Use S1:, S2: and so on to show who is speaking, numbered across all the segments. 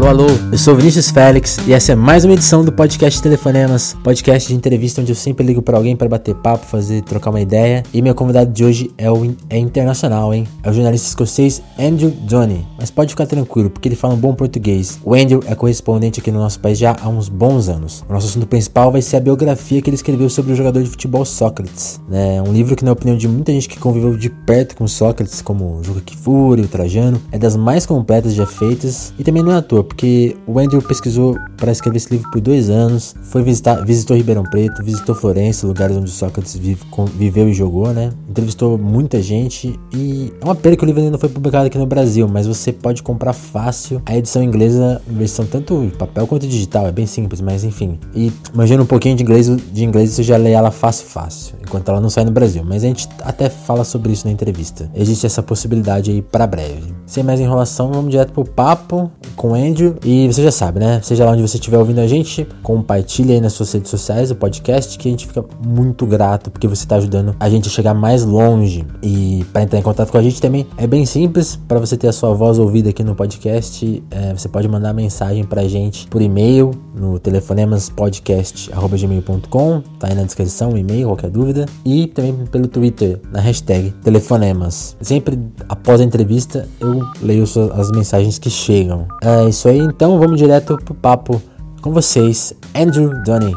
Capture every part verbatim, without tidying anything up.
S1: Alô, alô, eu sou o Vinícius Félix e essa é mais uma edição do podcast Telefonemas, podcast de entrevista onde eu sempre ligo pra alguém pra bater papo, fazer, trocar uma ideia. E meu convidado de hoje é, o, é internacional, hein? É o jornalista escocês Andrew Donny, mas pode ficar tranquilo porque ele fala um bom português. O Andrew é correspondente aqui no nosso país já há uns bons anos. O nosso assunto principal vai ser a biografia que ele escreveu sobre o jogador de futebol Sócrates, né? Um livro que, na opinião de muita gente que conviveu de perto com Sócrates, como o Juca Kfouri, o Trajano, é das mais completas já feitas e também não é à toa, porque o Andrew pesquisou para escrever esse livro por dois anos, foi visitar, visitou Ribeirão Preto, visitou Florença, lugares onde o Sócrates vive, com, viveu e jogou, né? Entrevistou muita gente e é uma pena que o livro ainda não foi publicado aqui no Brasil, mas você pode comprar fácil a edição inglesa, versão tanto papel quanto digital, é bem simples, mas enfim. E manjando um pouquinho de inglês, de inglês você já lê ela fácil, fácil, enquanto ela não sai no Brasil, mas a gente até fala sobre isso na entrevista. Existe essa possibilidade aí para breve. Sem mais enrolação, vamos direto pro papo com o Andrew. E você já sabe, né? Seja lá onde você estiver ouvindo a gente, compartilha aí nas suas redes sociais o podcast, que a gente fica muito grato, porque você está ajudando a gente a chegar mais longe. E para entrar em contato com a gente também é bem simples. Para você ter a sua voz ouvida aqui no podcast, é, você pode mandar mensagem pra gente por e-mail no telefonemaspodcast arroba gmail ponto com, tá aí na descrição o e-mail, qualquer dúvida, e também pelo Twitter, na hashtag telefonemas. Sempre após a entrevista eu leio as mensagens que chegam. É isso aí, então vamos direto pro papo com vocês, Andrew Donny.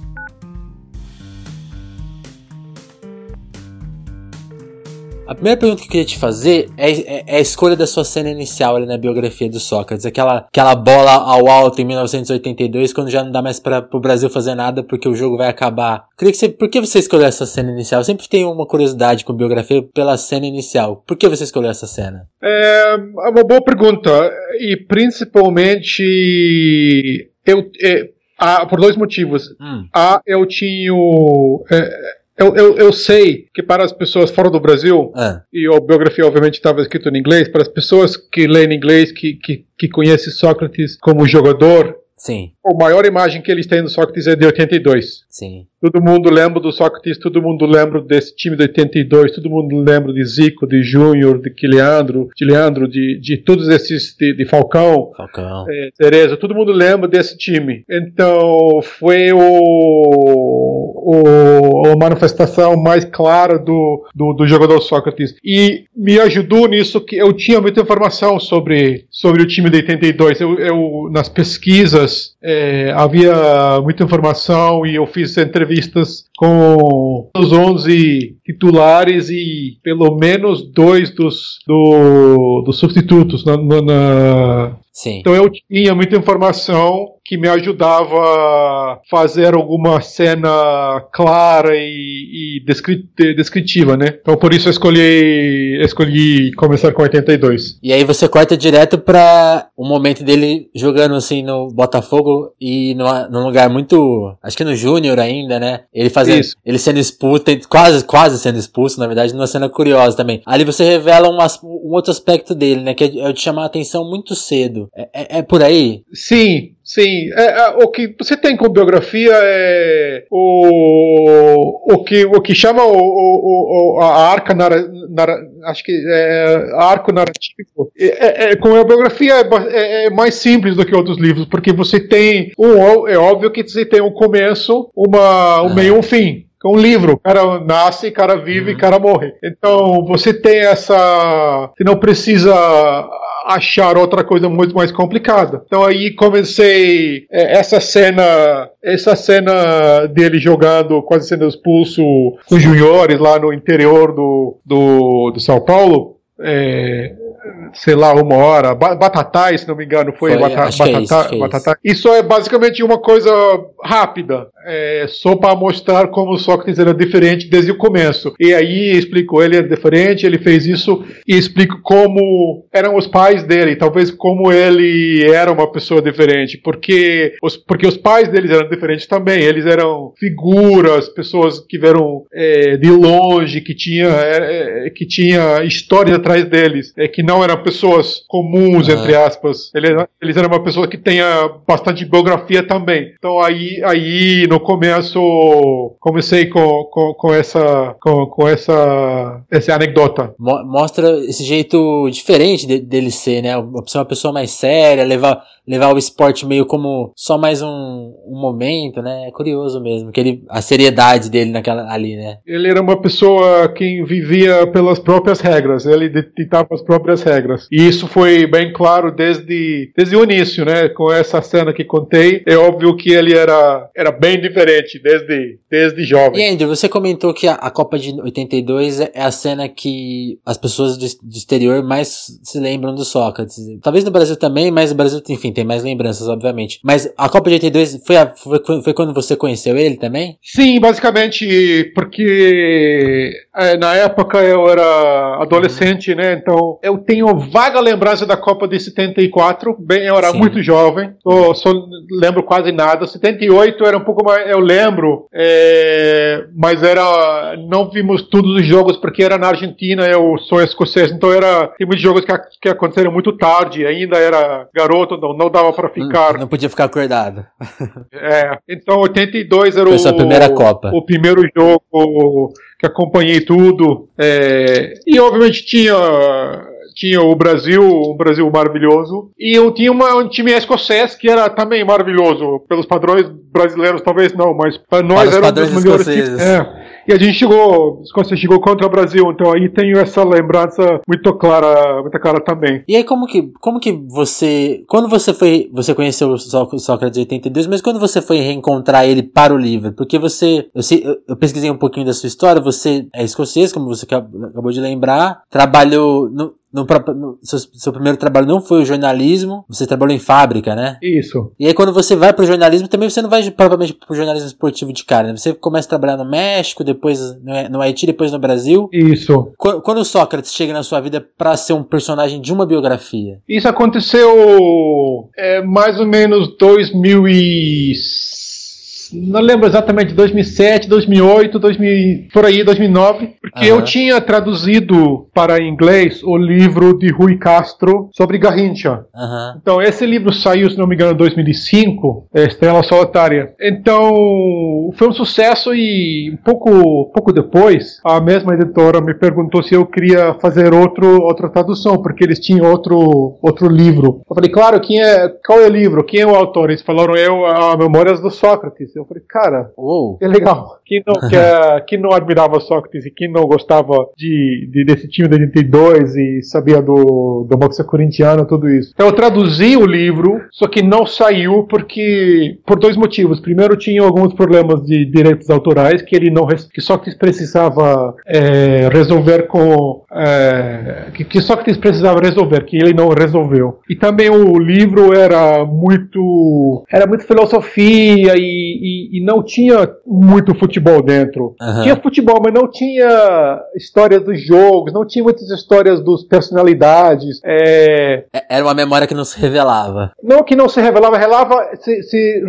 S1: A primeira pergunta que eu queria te fazer é, é, é a escolha da sua cena inicial ali na biografia do Sócrates. Aquela, aquela bola ao alto em mil novecentos e oitenta e dois, quando já não dá mais para o Brasil fazer nada porque o jogo vai acabar. Queria que você, por que você escolheu essa cena inicial? Eu sempre tenho uma curiosidade com biografia pela cena inicial. Por que você escolheu essa cena?
S2: É uma boa pergunta. E principalmente eu, é, ah, por dois motivos.
S1: Hum.
S2: A, eu tinha... É, Eu, eu, eu sei que para as pessoas fora do Brasil,
S1: ah.
S2: e a biografia obviamente estava escrita em inglês, para as pessoas que leem inglês, que, que, que conhecem Sócrates como jogador,
S1: sim,
S2: a maior imagem que eles têm do Sócrates é de oitenta e dois.
S1: Sim.
S2: Todo mundo lembra do Sócrates, todo mundo lembra desse time de oitenta e dois, todo mundo lembra de Zico, de Júnior, de Leandro, de Leandro, de, de todos esses, de, de Falcão,
S1: Falcão.
S2: É, Tereza, todo mundo lembra desse time. Então, foi o, o, a manifestação mais clara do, do, do jogador Sócrates. E me ajudou nisso que eu tinha muita informação sobre, sobre o time de oitenta e dois. Eu, eu nas pesquisas, é, havia muita informação e eu fiz entrevistas com os onze titulares e pelo menos dois dos, do, dos substitutos na, na, na...
S1: Sim.
S2: Então eu tinha muita informação que me ajudava a fazer alguma cena clara e, e descrit, descritiva, né? Então por isso eu escolhi, escolhi começar com oitenta e dois.
S1: E aí você corta direto pra o momento dele jogando assim no Botafogo e numa, num lugar muito, acho que no Júnior ainda, né? Ele fazendo, isso. Ele sendo expulso, quase, quase sendo expulso, na verdade, numa cena curiosa também. Ali você revela um, um outro aspecto dele, né? Que é de chamar a atenção muito cedo. É, é, é por aí?
S2: Sim. Sim, é, é, o que você tem com biografia é o, o, que, o que chama o, o, o, a arca narra, narra, acho que é arco narrativo. É, é, com a biografia é, é mais simples do que outros livros, porque você tem, um, é óbvio que você tem um começo, uma, um meio e um fim. É um livro, o cara nasce, o cara vive, o uhum. cara morre. Então você tem essa... Você não precisa achar outra coisa muito mais complicada. Então aí comecei é, essa cena essa cena dele jogando, quase sendo expulso com os juniores lá no interior do, do, do São Paulo. É, sei lá, uma hora, Batatais, se não me engano, foi, foi Bata, Batata, é isso, é Batata. Isso é basicamente uma coisa rápida, é, só para mostrar como o Sócrates era diferente desde o começo. E aí explico, ele era diferente, ele fez isso, e explico como eram os pais dele, talvez como ele era uma pessoa diferente, porque os, porque os pais deles eram diferentes também, eles eram figuras, pessoas que vieram é, de longe, que tinha, é, que tinha história atrás deles, é, que não eram pessoas comuns, entre aspas. Eles, eles eram uma pessoa que tenha bastante biografia também. Então aí, aí no no começo comecei com, com, com essa com, com essa essa anedota.
S1: Mo- mostra esse jeito diferente de, dele ser, né? Ser uma pessoa mais séria, levar, levar o esporte meio como só mais um, um momento, né? É curioso mesmo, que ele, a seriedade dele naquela, ali, né?
S2: Ele era uma pessoa que vivia pelas próprias regras, ele ditava as próprias regras. E isso foi bem claro desde, desde o início, né? Com essa cena que contei, é óbvio que ele era, era bem diferente desde, desde jovem.
S1: E Andrew, você comentou que a, a Copa de oitenta e dois é a cena que as pessoas do, do exterior mais se lembram do Sócrates. Talvez no Brasil também, mas no Brasil, enfim, tem mais lembranças, obviamente. Mas a Copa de oitenta e dois foi, a, foi, foi quando você conheceu ele também?
S2: Sim, basicamente porque é, na época eu era adolescente, né? Então eu tenho vaga lembrança da Copa de setenta e quatro. Bem, eu era Sim. muito jovem, só, só lembro quase nada. setenta e oito era um pouco mais, eu lembro, é, mas era, não vimos todos os jogos porque era na Argentina, eu sou escocês, então era, tem muitos jogos que, que aconteceram muito tarde, ainda era garoto, não, não dava para ficar.
S1: Não, não podia ficar acordado.
S2: É, então oitenta e dois era
S1: Foi
S2: o,
S1: sua primeira Copa.
S2: o primeiro jogo que acompanhei tudo, é, e obviamente tinha tinha o Brasil, um Brasil maravilhoso, e eu tinha uma, um time escocês que era também maravilhoso, pelos padrões brasileiros talvez não, mas para nós
S1: para
S2: era um dos melhores times. É. E a gente chegou, a Escócia chegou contra o Brasil, então aí tenho essa lembrança muito clara, muito clara também.
S1: E aí como que, como que você, quando você foi, você conheceu o Sócrates de oitenta e dois, mas quando você foi reencontrar ele para o livro? Porque você, eu, sei, eu, eu pesquisei um pouquinho da sua história, você é escocês, como você acabou de lembrar, trabalhou no, No, no, seu, seu primeiro trabalho não foi o jornalismo, você trabalhou em fábrica, né?
S2: Isso.
S1: E aí quando você vai pro jornalismo, também você não vai propriamente pro jornalismo esportivo de cara, né? Você começa a trabalhar no México, depois no, no Haiti, depois no Brasil.
S2: Isso.
S1: Quando, quando o Sócrates chega na sua vida pra ser um personagem de uma biografia?
S2: Isso aconteceu é, mais ou menos dois mil e... não lembro exatamente, dois mil e sete, dois mil e oito, dois mil, por aí, dois mil e nove, porque uhum. eu tinha traduzido para inglês o livro de Rui Castro sobre Garrincha.
S1: Uhum.
S2: Então, esse livro saiu, se não me engano, em dois mil e cinco, é Estrela Solitária. Então, foi um sucesso e um pouco, pouco depois, a mesma editora me perguntou se eu queria fazer outro, outra tradução, porque eles tinham outro, outro livro. Eu falei, claro, quem é, qual é o livro? Quem é o autor? Eles falaram, eu, a Memórias do Sócrates. Eu falei, cara,
S1: oh.
S2: que legal. Quem não, que, quem não admirava Sócrates e quem não gostava de, de, desse time de oitenta e dois e sabia do, do boxe corintiano, tudo isso. Então eu traduzi o livro, só que não saiu porque, por dois motivos. Primeiro, tinha alguns problemas de direitos autorais que ele não, que Sócrates precisava é, resolver com, é, que, que Sócrates precisava resolver, que ele não resolveu. E também o livro era muito, era muito filosofia e E, e não tinha muito futebol dentro. Uhum. Tinha futebol, mas não tinha histórias dos jogos, não tinha muitas histórias das personalidades. É...
S1: Era uma memória que não se revelava.
S2: Não que não se revelava, relava, se, se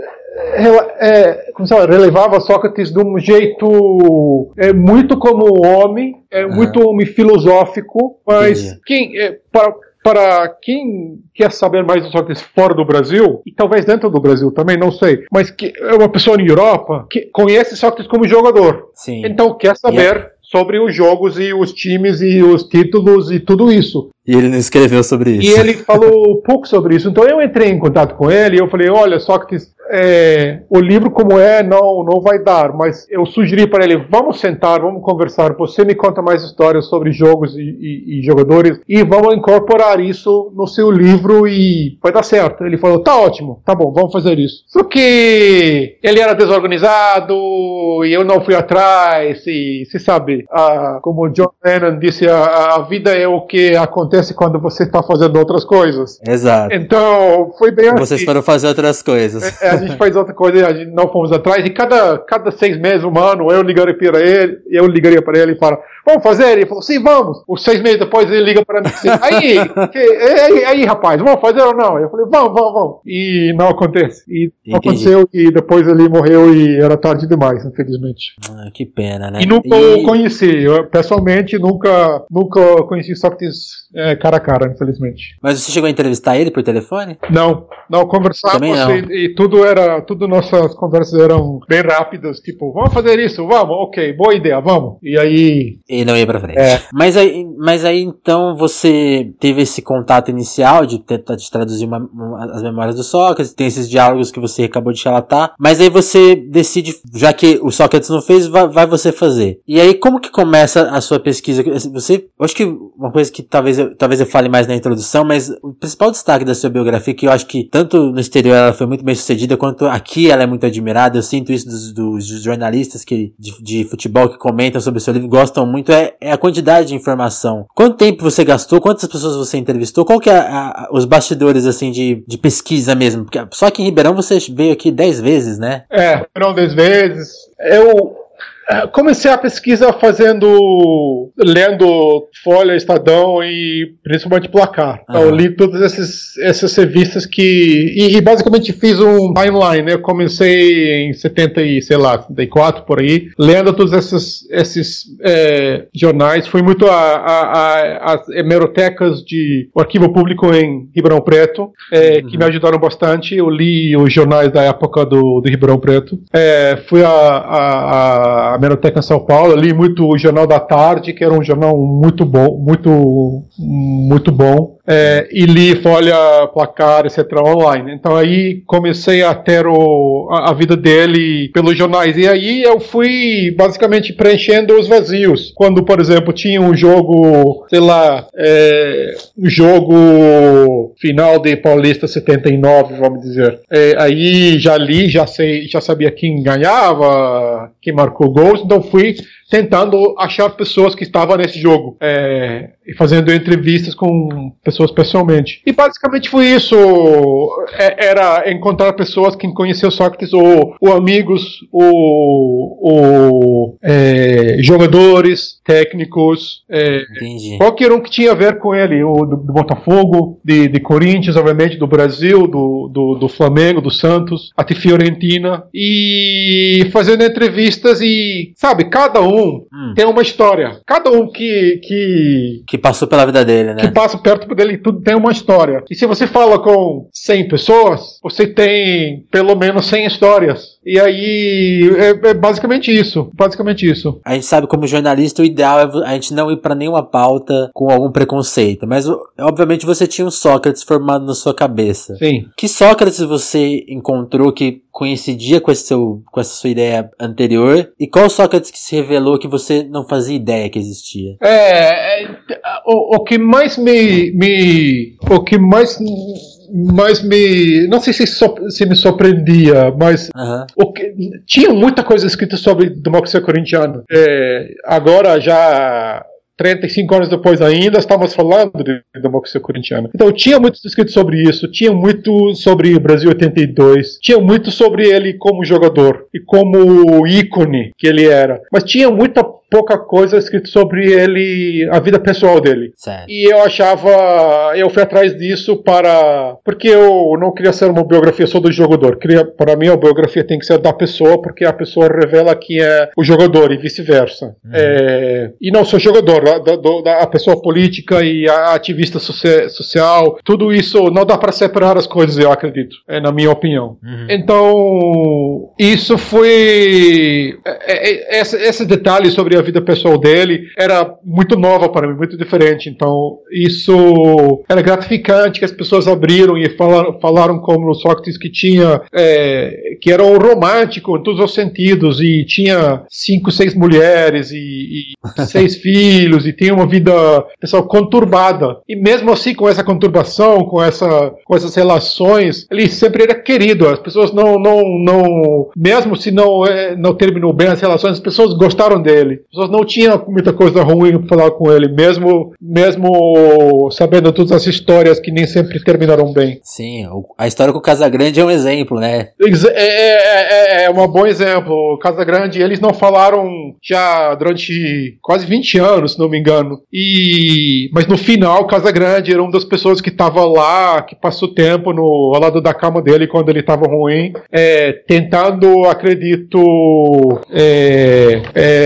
S2: é, como se fala, relevava Sócrates de um jeito é, muito como homem, é, uhum. muito homem filosófico, mas Entendi. quem... É, para, Para quem quer saber mais do Sócrates fora do Brasil, e talvez dentro do Brasil também, não sei, mas que é uma pessoa na Europa que conhece Sócrates como jogador.
S1: Sim.
S2: Então quer saber yeah. sobre os jogos e os times e os títulos e tudo isso.
S1: E ele não escreveu sobre isso.
S2: E ele falou pouco sobre isso. Então eu entrei em contato com ele e eu falei, olha, Sócrates, é, o livro como é não, não vai dar, mas eu sugeri para ele, vamos sentar, vamos conversar, você me conta mais histórias sobre jogos e, e, e jogadores e vamos incorporar isso no seu livro e vai dar certo. Ele falou, tá ótimo, tá bom, vamos fazer isso. Só que ele era desorganizado e eu não fui atrás e se sabe, a, como John Lennon disse, a, a vida é o que acontece quando você está fazendo outras coisas.
S1: Exato.
S2: Então, foi bem assim.
S1: Vocês foram fazer outras coisas.
S2: É, a gente faz outra coisa, a gente não fomos atrás, e cada, cada seis meses, um ano, eu ligaria para ele, eu ligaria para ele e falo, vamos fazer? Ele falou, sim, vamos. Os seis meses depois ele liga para mim e diz, aí, que, aí, aí, rapaz, vamos fazer ou não? Eu falei, vamos, vamos, vamos. E não acontece. E não aconteceu, e depois ele morreu e era tarde demais, infelizmente.
S1: Ah, que pena, né?
S2: E nunca e... o conheci, eu pessoalmente nunca, nunca conheci Sócrates é, cara a cara, infelizmente.
S1: Mas você chegou a entrevistar ele por telefone?
S2: Não, não, conversávamos
S1: não.
S2: E, e tudo era, tudo nossas conversas eram bem rápidas, tipo, vamos fazer isso, vamos, ok, boa ideia, vamos. E aí...
S1: E não ia pra frente.
S2: É.
S1: Mas aí, mas aí então você teve esse contato inicial de tentar de traduzir uma, uma, as memórias do Sócrates, tem esses diálogos que você acabou de relatar, mas aí você decide, já que o Sócrates não fez, vai, vai você fazer. E aí como que começa a sua pesquisa? Você, eu acho que uma coisa que talvez eu, talvez eu fale mais na introdução, mas o principal destaque da sua biografia, que eu acho que tanto no exterior ela foi muito bem sucedida, quanto aqui ela é muito admirada, eu sinto isso dos, dos jornalistas que, de, de futebol que comentam sobre o seu livro, gostam muito, é, é a quantidade de informação. Quanto tempo você gastou? Quantas pessoas você entrevistou? Qual que é a, a, os bastidores, assim, de, de pesquisa mesmo? Porque só que em Ribeirão você veio aqui dez vezes, né?
S2: É, Ribeirão dez vezes. Eu comecei a pesquisa fazendo, lendo Folha, Estadão e principalmente Placar. Uhum. Eu li todas essas, essas revistas que... E, e basicamente fiz um timeline, né? Eu comecei em setenta e, sei lá, setenta e quatro, por aí, lendo todos esses, esses é, jornais. Fui muito às hemerotecas de o Arquivo Público em Ribeirão Preto, é, uhum. que me ajudaram bastante. Eu li os jornais da época do, do Ribeirão Preto. É, fui a... a, a Hemeroteca em São Paulo, li muito o Jornal da Tarde, que era um jornal muito bom, muito, muito bom, é, e li Folha, Placar, etcétera online. Então aí comecei a ter o, a, a vida dele pelos jornais, e aí eu fui basicamente preenchendo os vazios. Quando, por exemplo, tinha um jogo, sei lá, é, um jogo final de Paulista setenta e nove, vamos dizer. É, aí já li, já sei, já sabia quem ganhava, quem marcou gols, então fui tentando achar pessoas que estavam nesse jogo, é, e fazendo entrevistas com pessoas pessoalmente. E basicamente foi isso, é, era encontrar pessoas que conheciam Sócrates, ou, ou amigos, ou, ou é, jogadores, técnicos, é, qualquer um que tinha a ver com ele, o do, do Botafogo, de, de Corinthians, obviamente, do Brasil, do, do, do Flamengo, do Santos, até Fiorentina, e fazendo entrevistas e, sabe, cada um Hum. tem uma história. Cada um que, que...
S1: Que passou pela vida dele, né?
S2: Que passa perto dele, tudo tem uma história. E se você fala com cem pessoas, você tem pelo menos cem histórias. E aí, é, é basicamente isso. Basicamente isso.
S1: A gente sabe, como jornalista, o ideal é a gente não ir pra nenhuma pauta com algum preconceito. Mas, obviamente, você tinha um Sócrates formado na sua cabeça.
S2: Sim.
S1: Que Sócrates você encontrou que coincidia com, esse seu, com essa sua ideia anterior? E qual Sócrates que se revelou que você não fazia ideia que existia?
S2: É, é o, o que mais me, me o que mais mas me não sei se, so, se me surpreendia, mas uhum. o que, tinha muita coisa escrita sobre democracia corintiana. É, agora já trinta e cinco anos depois ainda estamos falando de democracia corintiana. Então tinha muito escrito sobre isso, tinha muito sobre o Brasil oitenta e dois, tinha muito sobre ele como jogador e como ícone que ele era, mas tinha muita pouca coisa escrito sobre ele, a vida pessoal dele.
S1: Certo.
S2: E eu achava, eu fui atrás disso para, porque eu não queria ser uma biografia só do jogador. Queria, para mim a biografia tem que ser da pessoa, porque a pessoa revela quem é o jogador e vice-versa. Uhum. É, e não só jogador, da, da, da a pessoa política e a ativista socia- social, tudo isso não dá para separar as coisas, eu acredito, é, na minha opinião. Uhum. Então, isso foi, é, é, esse, esse detalhe sobre a vida pessoal dele era muito nova para mim, muito diferente. Então isso era gratificante, que as pessoas abriram e falaram, falaram como o Sócrates, que tinha é, que era um romântico em todos os sentidos, e tinha cinco, seis mulheres e, e seis filhos, e tinha uma vida pessoal conturbada, e mesmo assim com essa conturbação, com, essa, com essas relações, ele sempre era querido. As pessoas não, não, não mesmo se não, é, não terminou bem as relações, as pessoas gostaram dele. As pessoas não tinham muita coisa ruim para falar com ele, mesmo, mesmo sabendo todas as histórias que nem sempre terminaram bem.
S1: Sim, a história com o Casagrande é um exemplo, né?
S2: É, é, é um bom exemplo. O Casagrande, eles não falaram já durante quase vinte anos, não me engano. E, mas no final, Casagrande era uma das pessoas que estava lá, que passou tempo no, ao lado da cama dele quando ele estava ruim, é, tentando, acredito, é,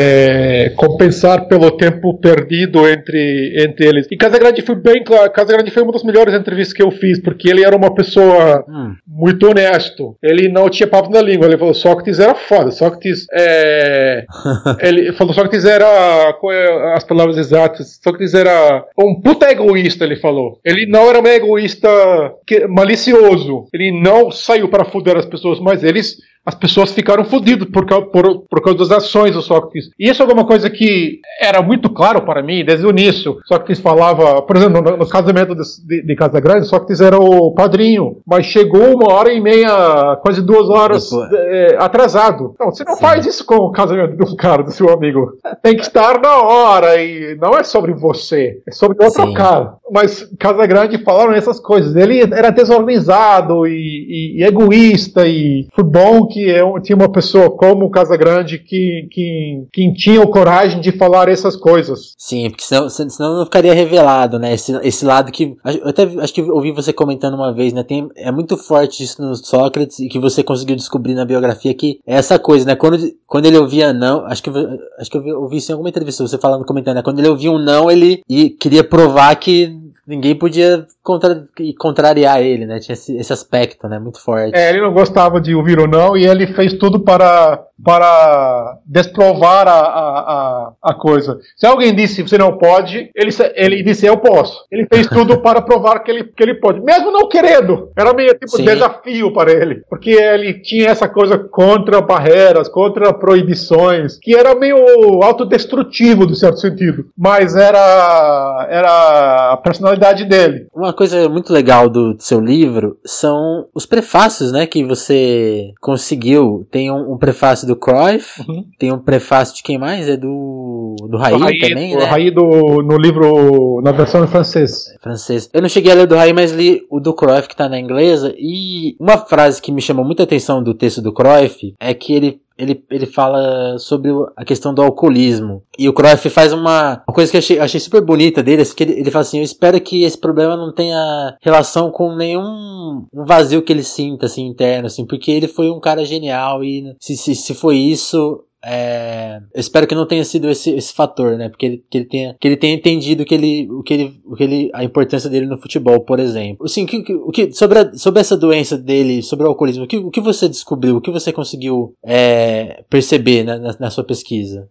S2: é, compensar pelo tempo perdido entre, entre eles. E Casagrande foi bem claro, Casagrande foi uma das melhores entrevistas que eu fiz, porque ele era uma pessoa hum. muito honesto. Ele não tinha papo na língua. Ele falou, Sócrates era foda. Sócrates é... ele falou, Sócrates era... Qual é as palavras exatas? Sócrates era um puta egoísta, ele falou. Ele não era um egoísta que, malicioso. Ele não saiu para foder as pessoas, mas eles... as pessoas ficaram fodidas por, por, por causa das ações do Sócrates. E isso é alguma coisa que era muito claro para mim desde o início. Sócrates falava, por exemplo, no, no casamento de, de, de Casagrande, Sócrates era o padrinho, mas chegou uma hora e meia, quase duas horas é, atrasado. Não, você não Sim. faz isso com o casamento do cara, do seu amigo. Tem que estar na hora, e não é sobre você, é sobre outro Sim. cara. Mas Casagrande falaram essas coisas. Ele era desorganizado e, e, e egoísta, e foi bom que eu tinha uma pessoa como o Casagrande que, que, que tinha a coragem de falar essas coisas.
S1: Sim, porque senão, senão não ficaria revelado, né? Esse, esse lado que... Eu até acho que ouvi você comentando uma vez, né? Tem, é muito forte isso no Sócrates, e que você conseguiu descobrir na biografia, que é essa coisa, né? Quando, quando ele ouvia não... Acho que, acho que eu ouvi isso em alguma entrevista, você falando, comentando, né? Quando ele ouvia um não, ele e queria provar que ninguém podia contra, contrariar ele, né? Tinha esse, esse aspecto, né? Muito forte.
S2: É, ele não gostava de ouvir ou não, e ele fez tudo para, para desprovar a, a, a, a coisa. Se alguém disse você não pode, ele, ele disse eu posso. Ele fez tudo para provar que ele, que ele pode, mesmo não querendo. Era meio tipo Sim. desafio para ele, porque ele tinha essa coisa contra barreiras, contra proibições, que era meio autodestrutivo, de certo sentido, mas era, era a personalidade dele.
S1: Uma coisa muito legal do, do seu livro são os prefácios, né, que você conseguiu. Tem um, um prefácio do Cruyff, uhum. tem um prefácio de quem mais? É do do Raí, do Raí também,
S2: do,
S1: né?
S2: Raí do, no livro, na versão em francês.
S1: francês. Eu não cheguei a ler o do Raí, mas li o do Cruyff, que tá na inglesa, e uma frase que me chamou muita atenção do texto do Cruyff é que ele Ele, ele fala sobre a questão do alcoolismo. E o Cruyff faz uma, uma coisa que eu achei, achei super bonita dele, que ele, ele fala assim, eu espero que esse problema não tenha relação com nenhum um vazio que ele sinta, assim, interno, assim, porque ele foi um cara genial e se, se, se foi isso... É, eu espero que não tenha sido esse, esse fator, né? Porque ele, que ele tenha, que ele tenha entendido que ele, o que ele, o que ele, a importância dele no futebol, por exemplo. Assim, o que, o que, sobre, a, sobre essa doença dele, sobre o alcoolismo, o que, o que você descobriu, o que você conseguiu é, perceber na, na, na sua pesquisa?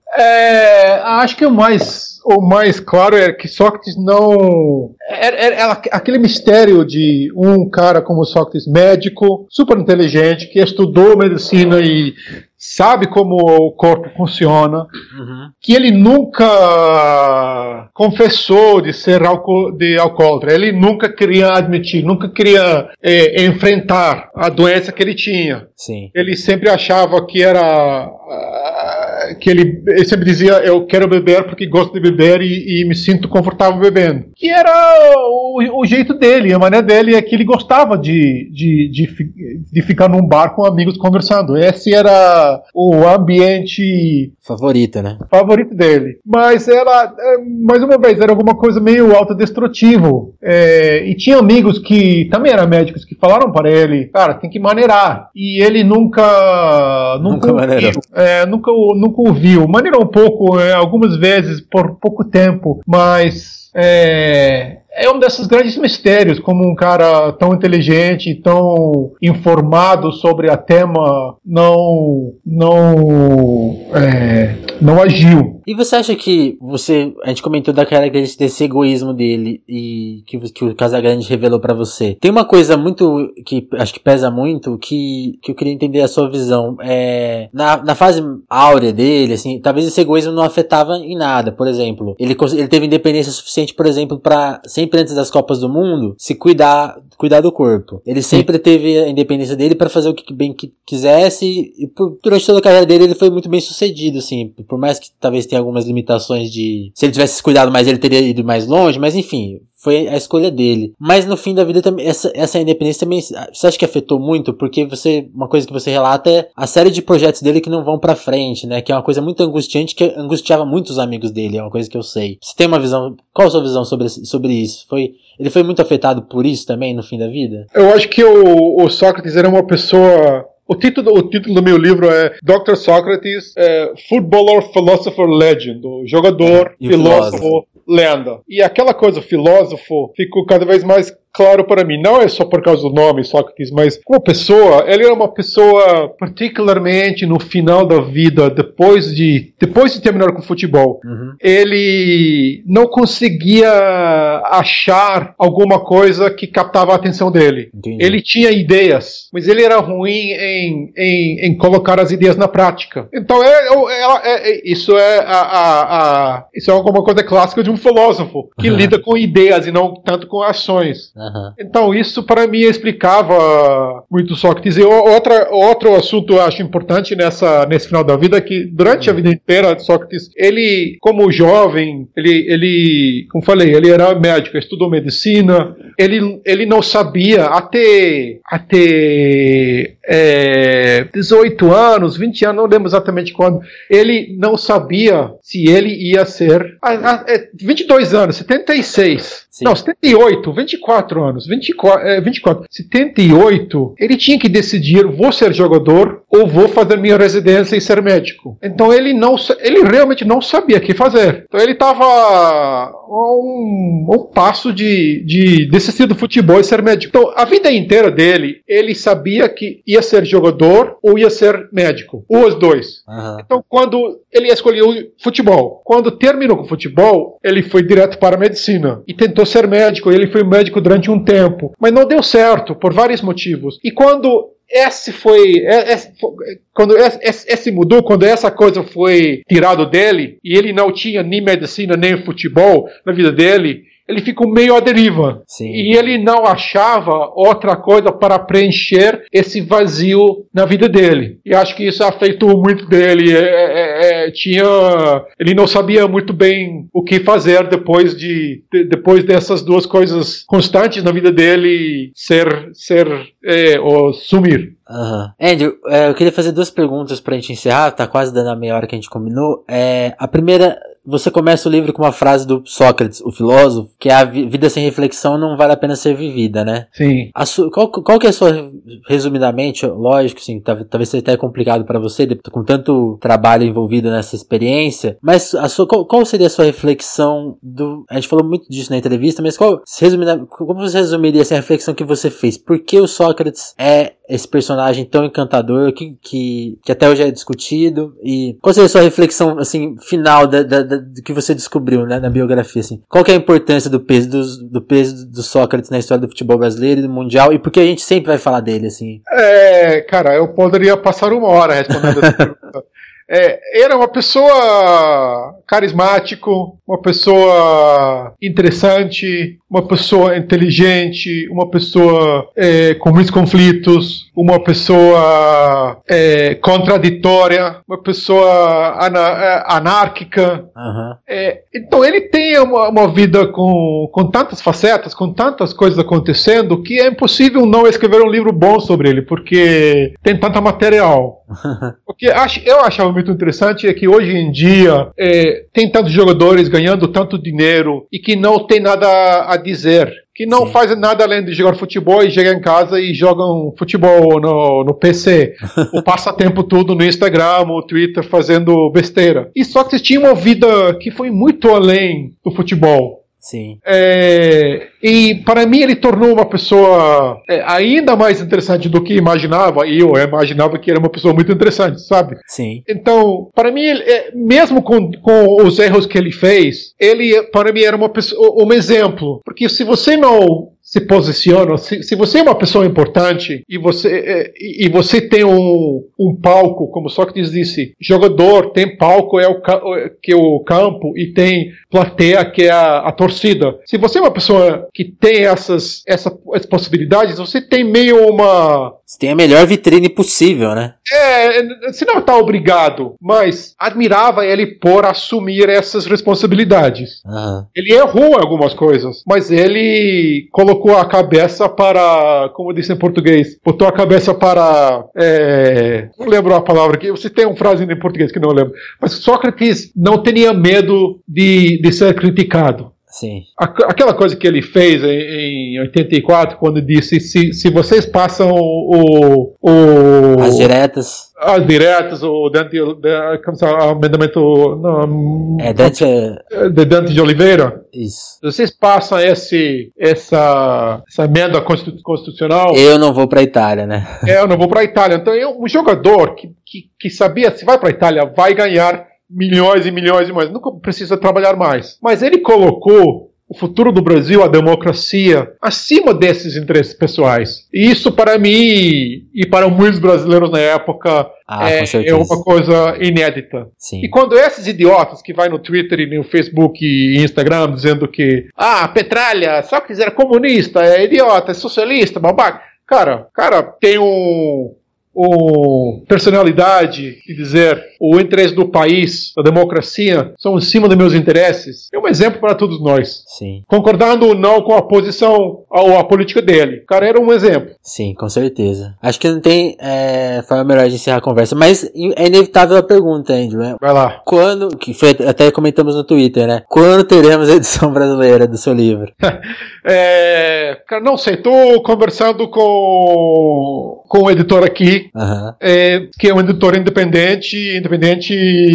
S2: É, acho que o mais, o mais claro é que Sócrates não... Era, era, era aquele mistério de um cara como Sócrates, médico, super inteligente, que estudou medicina e sabe como o corpo funciona, uhum. que ele nunca confessou de ser alco- de alcoólatra, ele nunca queria admitir, nunca queria é, enfrentar a doença que ele tinha.
S1: Sim.
S2: Ele sempre achava que era... Uh, que ele, ele sempre dizia, eu quero beber porque gosto de beber e, e me sinto confortável bebendo. Que era o, o jeito dele, a maneira dele é que ele gostava de, de, de, de ficar num bar com amigos conversando. Esse era o ambiente
S1: favorito, né?
S2: Favorito dele. Mas era, mais uma vez, era alguma coisa meio autodestrutivo. É, e tinha amigos que também eram médicos que falaram para ele, cara, tem que maneirar. E ele nunca nunca, nunca maneirou. É, nunca, nunca ouviu. Maneirou um pouco, é, algumas vezes, por pouco tempo, mas é, é um desses grandes mistérios, como um cara tão inteligente, tão informado sobre a tema, não, não, é, não agiu.
S1: E você acha que você, a gente comentou da característica desse egoísmo dele e que, que o Casagrande revelou pra você. Tem uma coisa muito, que acho que pesa muito, que, que eu queria entender a sua visão. É, na, na fase áurea dele, assim, talvez esse egoísmo não afetava em nada. Por exemplo, ele, ele teve independência suficiente, por exemplo, pra sempre antes das Copas do Mundo, se cuidar, cuidar do corpo. Ele sempre Sim. teve a independência dele pra fazer o que bem que quisesse e por, durante toda a carreira dele ele foi muito bem sucedido, assim, por mais que talvez tenha algumas limitações de... Se ele tivesse se cuidado mais, ele teria ido mais longe, mas enfim, foi a escolha dele. Mas no fim da vida também, essa, essa independência também, você acha que afetou muito? Porque você, uma coisa que você relata é a série de projetos dele que não vão pra frente, né? Que é uma coisa muito angustiante, que angustiava muito os amigos dele, é uma coisa que eu sei. Você tem uma visão, qual a sua visão sobre, sobre isso? Foi, ele foi muito afetado por isso também no fim da vida?
S2: Eu acho que o, o Sócrates era uma pessoa... O título, o título do meu livro é doutor Sócrates, é, Footballer, Philosopher, Legend, o jogador,
S1: e
S2: filósofo,
S1: filósofo,
S2: lenda. E aquela coisa, filósofo, ficou cada vez mais claro para mim. Não é só por causa do nome, Sócrates, mas como pessoa, ele era uma pessoa, particularmente no final da vida, depois de, depois de terminar com o futebol, uhum. ele não conseguia achar alguma coisa que captava a atenção dele. Entendi. Ele tinha ideias, mas ele era ruim em, em, em colocar as ideias na prática. Então, é, é, é, isso, é a, a, a, isso é alguma coisa clássica de um filósofo, que uhum. lida com ideias e não tanto com ações. Uhum. Então, isso para mim explicava muito Sócrates. E outra, outro assunto eu acho importante nessa, nesse final da vida é que durante uhum. a vida inteira Sócrates, ele, como jovem, ele, ele, como falei, ele era médico, estudou medicina, ele, ele não sabia até, até é, dezoito anos, vinte anos, não lembro exatamente quando, ele não sabia se ele ia ser, a, a, vinte e dois anos, setenta e seis, Sim. não, setenta e oito, vinte e quatro anos, vinte e quatro, é, vinte e quatro, setenta e oito, ele tinha que decidir, vou ser jogador ou vou fazer minha residência e ser médico. Então ele não, ele realmente não sabia o que fazer. Então ele estava a um, um passo de, de desistir do futebol e ser médico. Então a vida inteira dele, ele sabia que ia ser jogador ou ia ser médico, ou os dois. Uhum. Então quando ele escolheu futebol, quando terminou com o futebol, ele foi direto para a medicina e tentou ser médico. Ele foi médico durante um tempo, mas não deu certo por vários motivos. E quando esse foi, esse, quando esse, esse mudou, quando essa coisa foi tirado dele e ele não tinha nem medicina nem futebol na vida dele, ele ficou meio à deriva. Sim. E ele não achava outra coisa para preencher esse vazio na vida dele. E acho que isso afetou muito dele. É, é, é, tinha, ele não sabia muito bem o que fazer depois, de, de, depois dessas duas coisas constantes na vida dele ser, ser é, ou sumir.
S1: Uhum. Andrew, é, eu queria fazer duas perguntas pra gente encerrar, tá quase dando a meia hora que a gente combinou. É, a primeira, você começa o livro com uma frase do Sócrates, o filósofo, que é a vida sem reflexão não vale a pena ser vivida, né?
S2: Sim.
S1: A sua, qual, qual que é a sua, resumidamente, lógico, sim, talvez seja até complicado pra você, com tanto trabalho envolvido nessa experiência, mas a sua, qual, qual seria a sua reflexão do, a gente falou muito disso na entrevista, mas qual, resumida, como você resumiria essa reflexão que você fez? Por que o Sócrates é esse personagem tão encantador que, que, que até hoje é discutido, e qual seria a sua reflexão, assim, final da, da, da, do que você descobriu, né, na biografia, assim? Qual que é a importância do peso do, do peso do Sócrates na história do futebol brasileiro e do mundial, e por que a gente sempre vai falar dele, assim?
S2: É, cara, eu poderia passar uma hora respondendo essa pergunta. É, era uma pessoa carismático, uma pessoa interessante, uma pessoa inteligente, uma pessoa é, com muitos conflitos, uma pessoa é, contraditória, uma pessoa ana, anárquica. Uhum. É, então ele tem uma, uma vida com, com tantas facetas, com tantas coisas acontecendo, que é impossível não escrever um livro bom sobre ele, porque tem tanta material. O que eu achava muito interessante é que hoje em dia é, tem tantos jogadores ganhando tanto dinheiro e que não tem nada a dizer, que não Sim. fazem nada além de jogar futebol e chegam em casa e jogam futebol no, no P C, ou passa tempo tudo no Instagram, no Twitter fazendo besteira. E só que tinha uma vida que foi muito além do futebol.
S1: Sim.
S2: É, e para mim ele tornou uma pessoa é, ainda mais interessante do que imaginava, e eu imaginava que era uma pessoa muito interessante, sabe?
S1: Sim.
S2: Então, para mim, é, mesmo com, com os erros que ele fez, ele para mim era uma pessoa, um exemplo, porque se você não se posicionam, se, se você é uma pessoa importante e você, é, e você tem um, um palco, como Sócrates disse, jogador tem palco é o, que é o campo e tem plateia que é a, a torcida. Se você é uma pessoa que tem essas, essas, essas possibilidades, você tem meio uma...
S1: Você tem a melhor vitrine possível, né?
S2: É, você não está obrigado, mas admirava ele por assumir essas responsabilidades.
S1: Uhum.
S2: Ele errou em algumas coisas, mas ele colocou a cabeça para, como disse em português, botou a cabeça para, é, não lembro a palavra aqui, você tem uma frase em português que não lembro, mas Sócrates não tinha medo de, de ser criticado.
S1: Sim.
S2: Aquela coisa que ele fez em, em oitenta e quatro, quando disse, se, se vocês passam o, o...
S1: As diretas.
S2: As diretas, o Dante, como se chama, amendamento... Não,
S1: é, Dante...
S2: De Dante de Oliveira.
S1: Isso.
S2: Se vocês passam esse, essa, essa emenda constitucional...
S1: Eu não vou pra Itália, né?
S2: É, eu não vou pra Itália. Então, eu, um jogador que, que, que sabia, se vai pra Itália, vai ganhar milhões e milhões e mais, nunca precisa trabalhar mais. Mas ele colocou o futuro do Brasil, a democracia, acima desses interesses pessoais. E isso, para mim e para muitos brasileiros na época,
S1: ah,
S2: é, é uma coisa inédita.
S1: Sim.
S2: E quando esses idiotas que vai no Twitter e no Facebook e Instagram dizendo que ah, Petralha, só que era comunista, é idiota, é socialista, babaca. Cara, cara, tem um... ou personalidade e dizer o interesse do país, da democracia, são em cima dos meus interesses, é um exemplo para todos nós.
S1: Sim.
S2: Concordando ou não com a posição ou a política dele. O cara era um exemplo.
S1: Sim, com certeza. Acho que não tem é, forma melhor de encerrar a conversa, mas é inevitável a pergunta, Andrew, né?
S2: Vai lá.
S1: Quando, que foi, até comentamos no Twitter, né? Quando teremos a edição brasileira do seu livro?
S2: é, cara, não sei, tô conversando com, com o editor aqui,
S1: Uhum.
S2: É, que é um editor independente, independente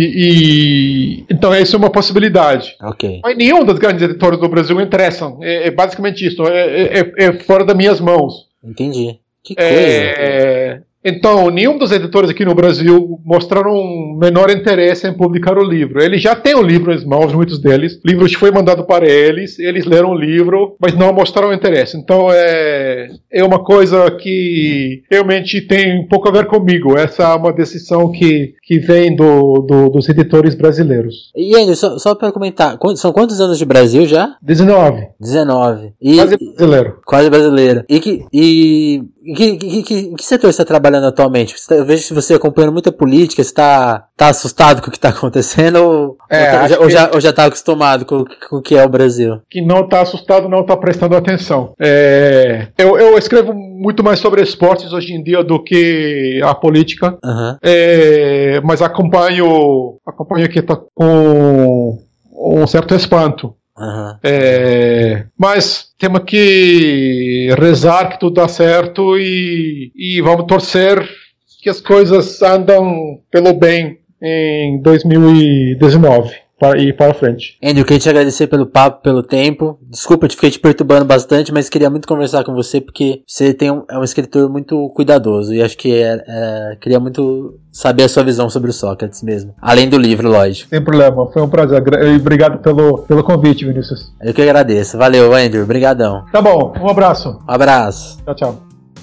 S2: e então essa é uma possibilidade.
S1: Okay.
S2: Mas nenhum dos grandes editores do Brasil interessam. É, é basicamente isso. É, é, é fora das minhas mãos.
S1: Entendi. Que coisa.
S2: É, então, nenhum dos editores aqui no Brasil mostraram um menor interesse em publicar o livro. Eles já têm o livro nas mãos, muitos deles. O livro foi mandado para eles, eles leram o livro, mas não mostraram interesse. Então, é, é uma coisa que realmente tem um pouco a ver comigo. Essa é uma decisão que, que vem do, do, dos editores brasileiros.
S1: E, Andrew, só, só para comentar, são quantos anos de Brasil já?
S2: dezenove.
S1: dezenove. E,
S2: quase brasileiro.
S1: Quase brasileiro. E que... E... Em que, que, que, que setor você está trabalhando atualmente? Eu vejo que você acompanhando muita política, você está tá assustado com o que está acontecendo ou,
S2: é,
S1: ou, já, ou, já, ou já está acostumado com, com o que é o Brasil?
S2: Que não está assustado, não está prestando atenção. É, eu, eu escrevo muito mais sobre esportes hoje em dia do que a política,
S1: uhum.
S2: é, mas acompanho, acompanho que está com um certo espanto.
S1: Uhum.
S2: É, mas temos que rezar que tudo dá certo e, e vamos torcer que as coisas andam pelo bem em dois mil e dezenove para ir para frente.
S1: Andrew, queria te agradecer pelo papo, pelo tempo. Desculpa, eu fiquei te perturbando bastante, mas queria muito conversar com você porque você tem um, é um escritor muito cuidadoso e acho que é, é, queria muito saber a sua visão sobre o Sócrates mesmo. Além do livro, lógico.
S2: Sem problema, foi um prazer. Obrigado pelo, pelo convite, Vinícius.
S1: Eu que agradeço. Valeu, Andrew. Obrigadão.
S2: Tá bom, um abraço.
S1: Um abraço.
S2: Tchau, tchau.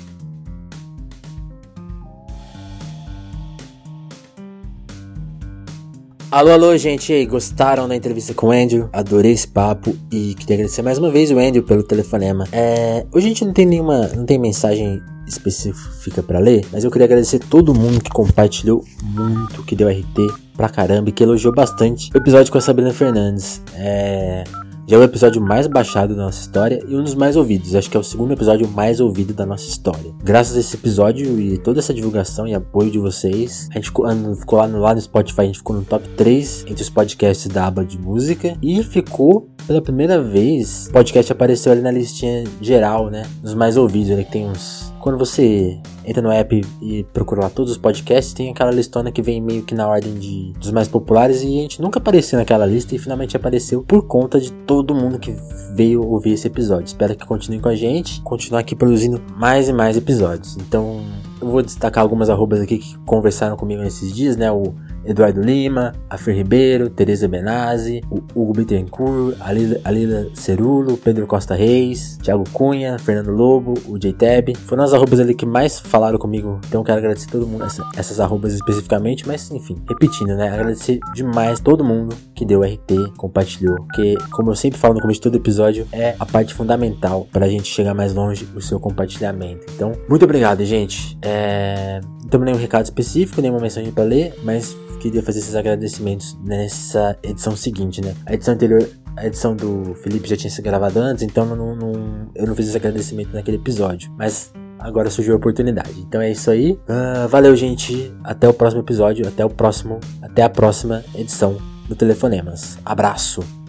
S1: Alô, alô, gente, e aí, gostaram da entrevista com o Andrew? Adorei esse papo e queria agradecer mais uma vez o Andrew pelo telefonema. É, hoje a gente não tem nenhuma, não tem mensagem específica pra ler, mas eu queria agradecer todo mundo que compartilhou muito, que deu R T pra caramba e que elogiou bastante o episódio com a Sabrina Fernandes. É... Já é o episódio mais baixado da nossa história e um dos mais ouvidos. Acho que é o segundo episódio mais ouvido da nossa história. Graças a esse episódio e toda essa divulgação e apoio de vocês, a gente ficou, ficou lá, no, lá no Spotify, a gente ficou no top três entre os podcasts da aba de música. E ficou, pela primeira vez, o podcast apareceu ali na listinha geral, né? Dos mais ouvidos, né? Que tem uns... Quando você entra no app e procura lá todos os podcasts, tem aquela listona que vem meio que na ordem de, dos mais populares e a gente nunca apareceu naquela lista e finalmente apareceu por conta de todo mundo que veio ouvir esse episódio. Espero que continue com a gente, continuar aqui produzindo mais e mais episódios. Então, eu vou destacar algumas arrobas aqui que conversaram comigo nesses dias, né? O Eduardo Lima, a Fer Ribeiro, Tereza Benazzi, o Hugo Bittencourt, a Lila, a Lila Cerulo, Pedro Costa Reis, Thiago Cunha, Fernando Lobo, o J-Tab. Foram as arrobas ali que mais falaram comigo, então quero agradecer todo mundo, essa, essas arrobas especificamente, mas enfim, repetindo, né, agradecer demais todo mundo que deu R T, compartilhou, porque como eu sempre falo no começo de todo episódio, é a parte fundamental pra gente chegar mais longe, o seu compartilhamento. Então, muito obrigado, gente. É... Não tenho nenhum recado específico, nenhuma mensagem pra ler, mas queria fazer esses agradecimentos nessa edição seguinte, né? A edição anterior, a edição do Felipe já tinha sido gravada antes, então não, não, eu não fiz esse agradecimento naquele episódio, mas agora surgiu a oportunidade. Então é isso aí. Uh, valeu, gente. Até o próximo episódio, até o próximo, até a próxima edição do Telefonemas. Abraço.